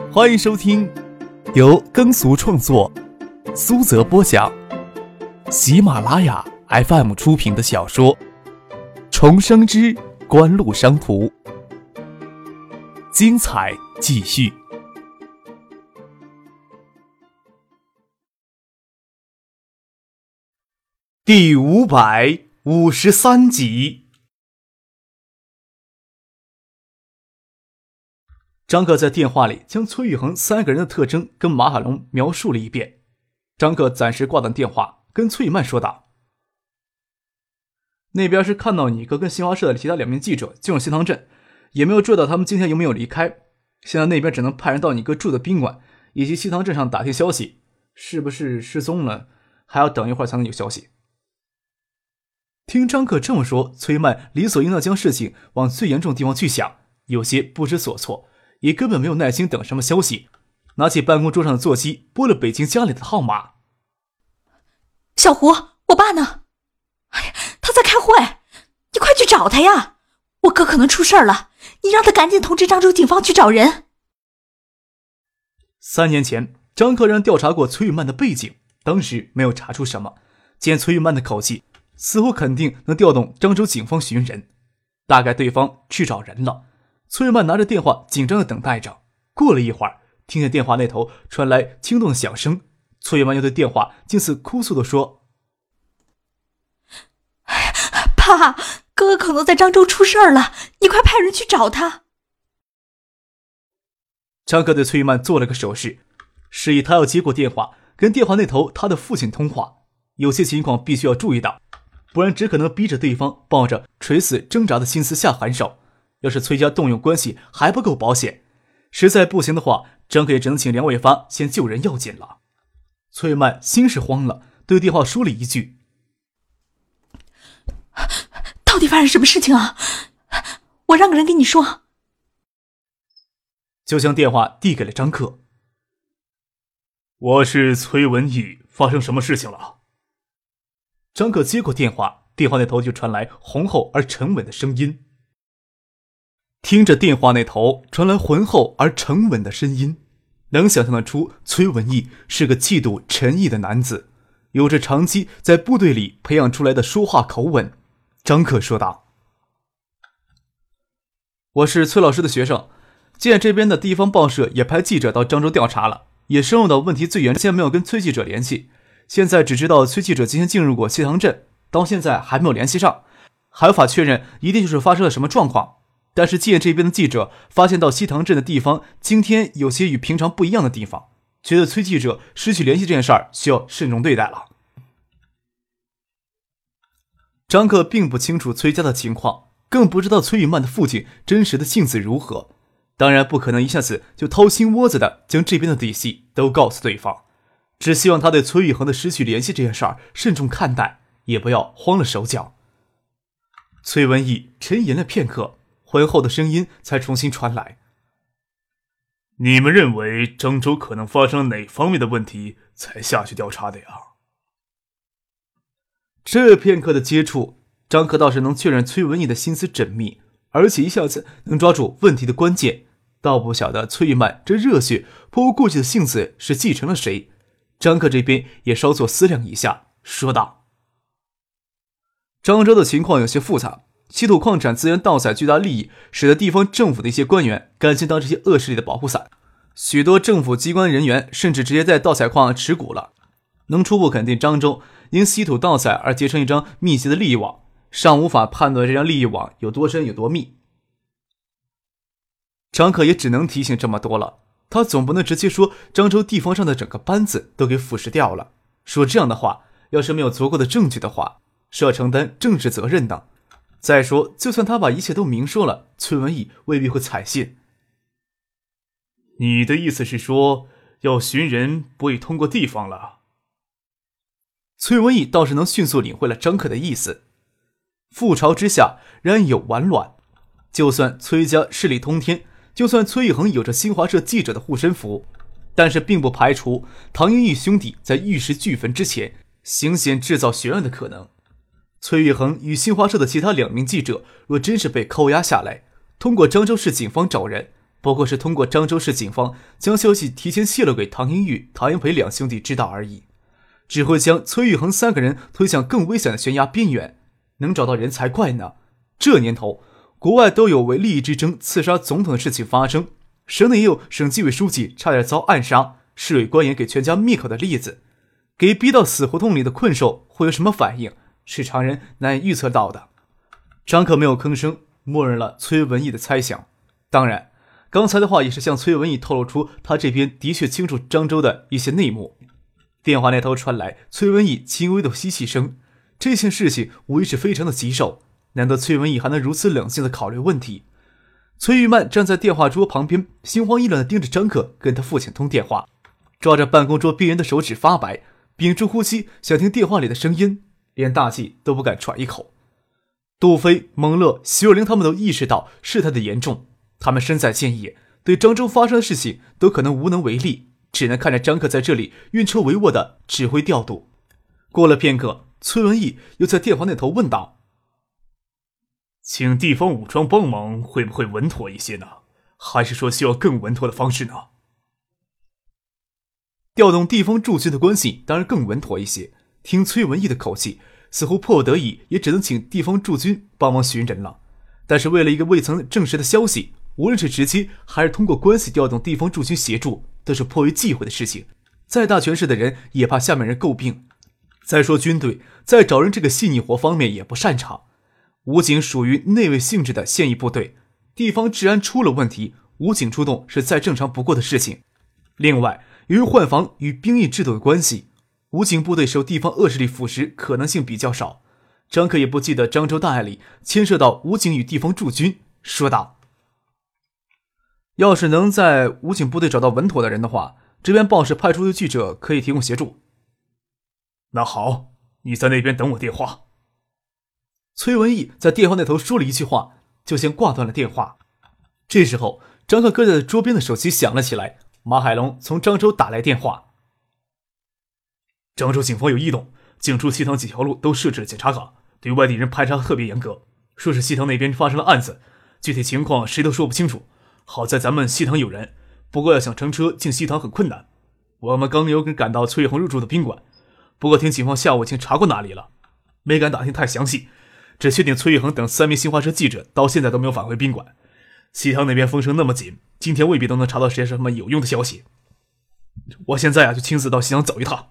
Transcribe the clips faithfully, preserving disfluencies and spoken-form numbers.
欢迎收听由耕俗创作、苏泽播讲、喜马拉雅 F M 出品的小说《重生之官路商途》，精彩继续。第五百五十三集。张克在电话里将崔玉恒三个人的特征跟马海龙描述了一遍。张克暂时挂断电话，跟崔玉曼说道：那边是看到你哥跟新华社的其他两名记者进入西塘镇，也没有追到他们今天有没有离开。现在那边只能派人到你哥住的宾馆以及西塘镇上打听消息，是不是失踪了，还要等一会儿才能有消息。听张克这么说，崔曼理所应当将事情往最严重的地方去想，有些不知所措，也根本没有耐心等什么消息，拿起办公桌上的座机拨了北京家里的号码。 小胡，我爸呢？哎呀，他在开会，你快去找他呀！我哥可能出事了，你让他赶紧通知漳州警方去找人。 三年前，张克让调查过崔玉曼的背景，当时没有查出什么，见崔玉曼的口气似乎肯定能调动漳州警方寻人，大概对方去找人了。崔玉曼拿着电话紧张地等待着，过了一会儿，听见电话那头传来轻动的响声，崔玉曼又对电话近似哭诉地说： 爸，哥哥可能在漳州出事了，你快派人去找他。 张克对崔玉曼做了个手势，示意他要接过电话，跟电话那头他的父亲通话。有些情况必须要注意到，不然只可能逼着对方抱着垂死挣扎的心思下狠手。要是崔家动用关系还不够保险，实在不行的话，张克也只能请梁伟发先救人要紧了。崔曼心是慌了，对电话说了一句： 到底发生什么事情啊？我让个人给你说。 就将电话递给了张克。我是崔文义，发生什么事情了？张克接过电话，电话那头就传来浑厚而沉稳的声音。听着电话那头传来浑厚而沉稳的声音，能想象得出崔文义是个气度沉毅的男子，有着长期在部队里培养出来的说话口吻。张克说道：我是崔老师的学生，见这边的地方报社也派记者到漳州调查了，也深入到问题最严重，现在没有跟崔记者联系，现在只知道崔记者今天进入过西塘镇，到现在还没有联系上，还无法确认一定就是发生了什么状况。但是建这边的记者发现到西塘镇的地方今天有些与平常不一样的地方，觉得崔记者失去联系这件事儿需要慎重对待了。张克并不清楚崔家的情况，更不知道崔玉曼的父亲真实的性子如何，当然不可能一下子就掏心窝子的将这边的底细都告诉对方，只希望他对崔玉恒的失去联系这件事儿慎重看待，也不要慌了手脚。崔文义沉吟了片刻，浑厚的声音才重新传来：你们认为漳州可能发生哪方面的问题才下去调查的呀？这片刻的接触，张克倒是能确认崔文义的心思缜密，而且一下子能抓住问题的关键，倒不晓得崔玉曼这热血颇无顾忌的性子是继承了谁。张克这边也稍作思量一下，说道：漳州的情况有些复杂，稀土矿产资源盗采巨大利益，使得地方政府的一些官员甘心当这些恶势力的保护伞，许多政府机关人员甚至直接在盗采矿持股了。能初步肯定漳州因稀土盗采而结成一张密集的利益网，尚无法判断这张利益网有多深有多密。张克也只能提醒这么多了，他总不能直接说漳州地方上的整个班子都给腐蚀掉了，说这样的话，要是没有足够的证据的话，是要承担政治责任的。再说，就算他把一切都明说了，崔文义未必会采信。你的意思是说，要寻人不会通过地方了？崔文义倒是能迅速领会了张克的意思。覆巢之下，然有完卵。就算崔家势力通天，就算崔玉恒有着新华社记者的护身符，但是并不排除唐英义兄弟在玉石俱焚之前，行险制造悬案的可能。崔玉恒与新华社的其他两名记者若真是被扣押下来，通过漳州市警方找人， 不过是通过漳州市警方将消息提前泄露给唐英玉、唐英培两兄弟知道而已，只会将崔玉恒三个人推向更危险的悬崖边缘。能找到人才怪呢。这年头，国外都有为利益之争刺杀总统的事情发生，省内也有省纪委书记差点遭暗杀，市委官员给全家灭口的例子。给逼到死胡同里的困兽会有什么反应，是常人难以预测到的。张克没有吭声，默认了崔文义的猜想。当然，刚才的话也是向崔文义透露出他这边的确清楚漳州的一些内幕。电话那头传来崔文义轻微的吸气声，这件事情无疑是非常的棘手，难得崔文义还能如此冷静地考虑问题。崔玉曼站在电话桌旁边，心慌意乱地盯着张克跟他父亲通电话，抓着办公桌边缘的手指发白，屏住呼吸想听电话里的声音，连大气都不敢喘一口。杜飞、蒙乐、徐若琳他们都意识到事态的严重，他们身在建业，对漳州发生的事情都可能无能为力，只能看着张克在这里运筹帷幄的指挥调度。过了片刻，崔文义又在电话那头问道：请地方武装帮忙会不会稳妥一些呢？还是说需要更稳妥的方式呢？调动地方驻军的关系当然更稳妥一些，听崔文义的口气，似乎迫不得已也只能请地方驻军帮忙寻人了。但是为了一个未曾证实的消息，无论是直接还是通过关系调动地方驻军协助，都是颇为忌讳的事情。再大权势的人也怕下面人诟病。再说军队在找人这个细腻活方面也不擅长，武警属于内卫性质的现役部队，地方治安出了问题，武警出动是再正常不过的事情。另外，由于换防与兵役制度的关系，武警部队受地方恶势力腐蚀可能性比较少。张克也不记得漳州大案里牵涉到武警与地方驻军，说道：要是能在武警部队找到稳妥的人的话，这边报社派出的记者可以提供协助。那好，你在那边等我电话。崔文义在电话那头说了一句话，就先挂断了电话。这时候，张克搁在桌边的手机响了起来，马海龙从漳州打来电话。漳州警方有异动，警出西塘几条路都设置了检查岗，对外地人排查特别严格，说是西塘那边发生了案子，具体情况谁都说不清楚。好在咱们西塘有人，不过要想乘车进西塘很困难。我们刚有人赶到崔恒入住的宾馆，不过听警方下午已经查过哪里了，没敢打听太详细，只确定崔玉恒等三名新华社记者到现在都没有返回宾馆。西塘那边风声那么紧，今天未必都能查到些什么有用的消息。我现在啊就亲自到西塘走一趟。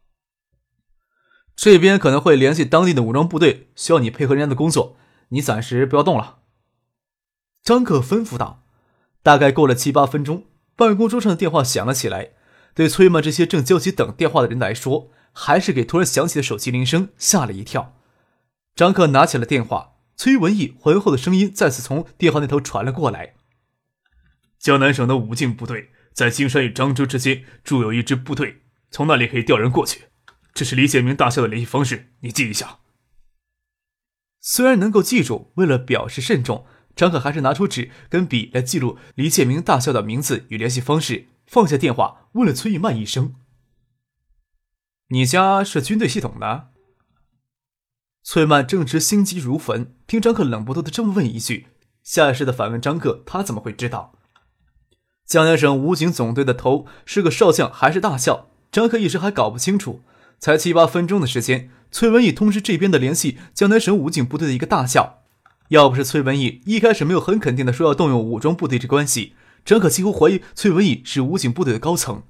这边可能会联系当地的武装部队，需要你配合人家的工作，你暂时不要动了。张克吩咐道。大概过了七八分钟，办公桌上的电话响了起来。对崔曼这些正焦急等电话的人来说，还是给突然响起的手机铃声吓了一跳。张克拿起了电话，崔文义浑厚的声音再次从电话那头传了过来。江南省的武警部队在金山与漳州之间驻有一支部队，从那里可以调人过去。这是李建明大校的联系方式，你记一下。虽然能够记住，为了表示慎重，张可还是拿出纸跟笔来记录李建明大校的名字与联系方式，放下电话问了崔玉曼一声：你家是军队系统的？崔曼正值心急如焚，听张克冷不丁的这么问一句，下意识的反问张克他怎么会知道。江南省武警总队的头是个少将还是大校，张克一时还搞不清楚。才七八分钟的时间，崔文义通知这边的联系江南省武警部队的一个大校。要不是崔文义一开始没有很肯定的说要动用武装部队这关系，张可几乎怀疑崔文义是武警部队的高层。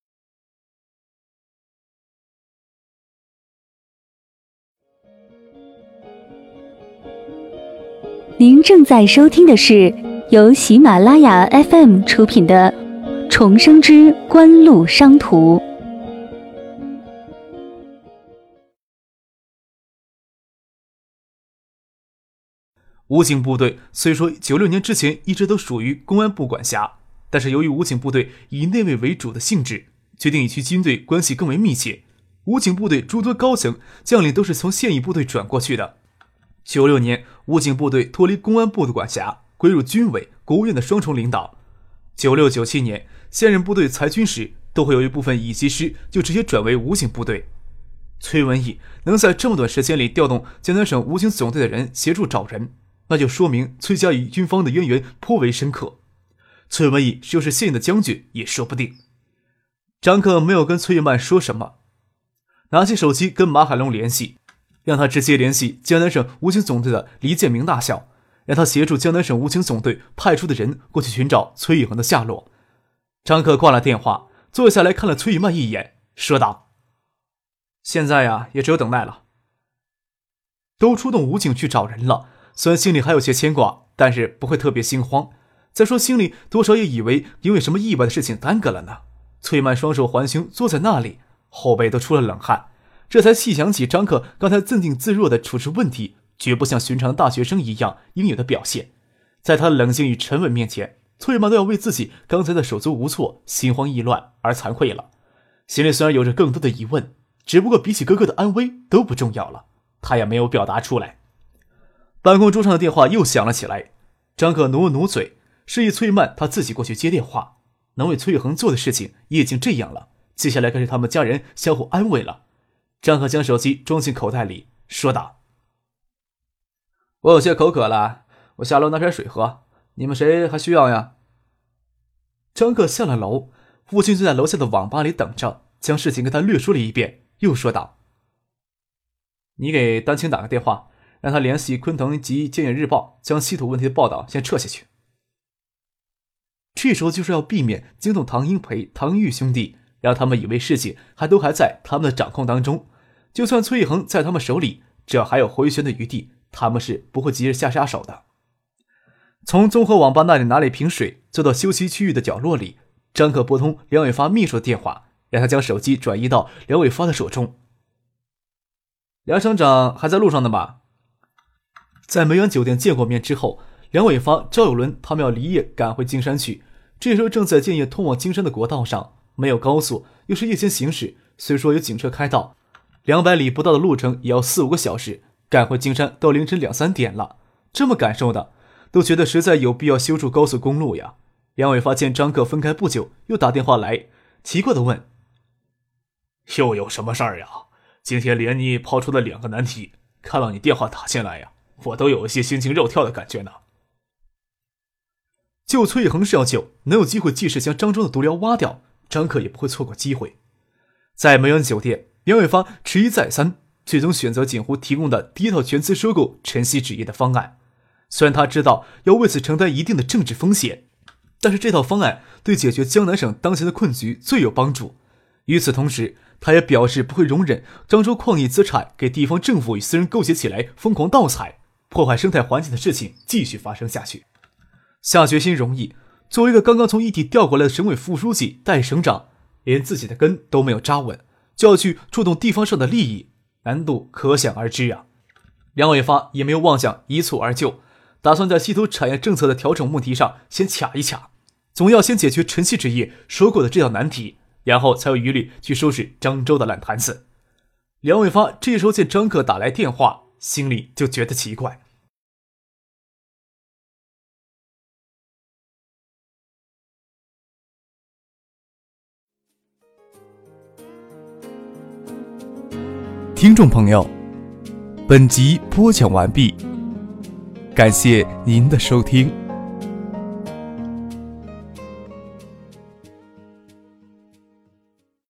您正在收听的是由喜马拉雅 F M 出品的《重生之官路商途》。 武警部队虽说九六年之前一直都属于公安部管辖，但是由于武警部队以内卫为主的性质，决定与其军队关系更为密切。武警部队诸多高层将领都是从现役部队转过去的。九六年，武警部队脱离公安部的管辖，归入军委、国务院的双重领导。九六、九七年，现任部队裁军时，都会有一部分乙级师就直接转为武警部队。崔文义能在这么短时间里调动江南省武警总队的人协助找人，那就说明崔家与军方的渊源颇为深刻。 崔文义就是现役的将军也说不定。张克没有跟崔玉曼说什么，拿起手机跟马海龙联系，让他直接联系江南省武警总队的黎建明大校，让他协助江南省武警总队派出的人过去寻找崔玉恒的下落。张克挂了电话，坐下来看了崔玉曼一眼，说道：现在呀，也只有等待了。都出动武警去找人了，虽然心里还有些牵挂，但是不会特别心慌。再说心里多少也以为因为什么意外的事情耽搁了呢。崔曼双手环胸坐在那里，后背都出了冷汗，这才细想起张克刚才镇定自若的处置问题，绝不像寻常的大学生一样应有的表现。在他冷静与沉稳面前，崔曼都要为自己刚才的手足无措、心慌意乱而惭愧了。心里虽然有着更多的疑问，只不过比起哥哥的安危都不重要了，他也没有表达出来。办公桌上的电话又响了起来，张克努了努嘴，示意崔曼他自己过去接电话。能为崔玉恒做的事情也已经这样了，接下来该是他们家人相互安慰了。张克将手机装进口袋里，说道：我有些口渴了，我下楼拿瓶水喝，你们谁还需要呀？张克下了楼，父亲就在楼下的网吧里等着，将事情跟他略说了一遍，又说道：你给丹青打个电话，让他联系昆腾及建业日报，将稀土问题的报道先撤下去。这时候就是要避免惊动唐英培、唐玉兄弟，让他们以为事情还都还在他们的掌控当中。就算崔玉恒在他们手里，只要还有回旋的余地，他们是不会急着下杀手的。从综合网吧那里拿了一瓶水，坐到休息区域的角落里，张克拨通梁伟发秘书的电话，让他将手机转移到梁伟发的手中。梁省长还在路上呢吧？在梅园酒店见过面之后，梁伟发、赵有伦他们要离夜赶回金山去。这时候正在建业通往金山的国道上，没有高速，又是夜间行驶，虽说有警车开道，两百里不到的路程也要四五个小时，赶回金山到凌晨两三点了。这么赶受的，都觉得实在有必要修筑高速公路呀。梁伟发见张克分开不久，又打电话来，奇怪地问：又有什么事儿呀？今天连你抛出的两个难题，看到你电话打进来呀，我都有一些心惊肉跳的感觉呢。救崔玉恒是要救，能有机会即使将张忠的毒瘤挖掉，张克也不会错过机会。在梅园酒店，梁伟发迟疑再三，最终选择锦湖提供的第一套全资收购晨曦纸业的方案。虽然他知道要为此承担一定的政治风险，但是这套方案对解决江南省当前的困局最有帮助。与此同时，他也表示不会容忍漳州矿业资产给地方政府与私人勾结起来疯狂盗采，破坏生态环境的事情继续发生下去。下决心容易，作为一个刚刚从异地调过来的省委副书记、代省长，连自己的根都没有扎稳，就要去触动地方上的利益，难度可想而知啊。梁伟发也没有妄想一蹴而就，打算在稀土产业政策的调整问题上先卡一卡，总要先解决晨曦纸业收购的这道难题，然后才有余力去收拾漳州的烂摊子。梁伟发这时候见张克打来电话，心里就觉得奇怪。听众朋友，本集播讲完毕，感谢您的收听。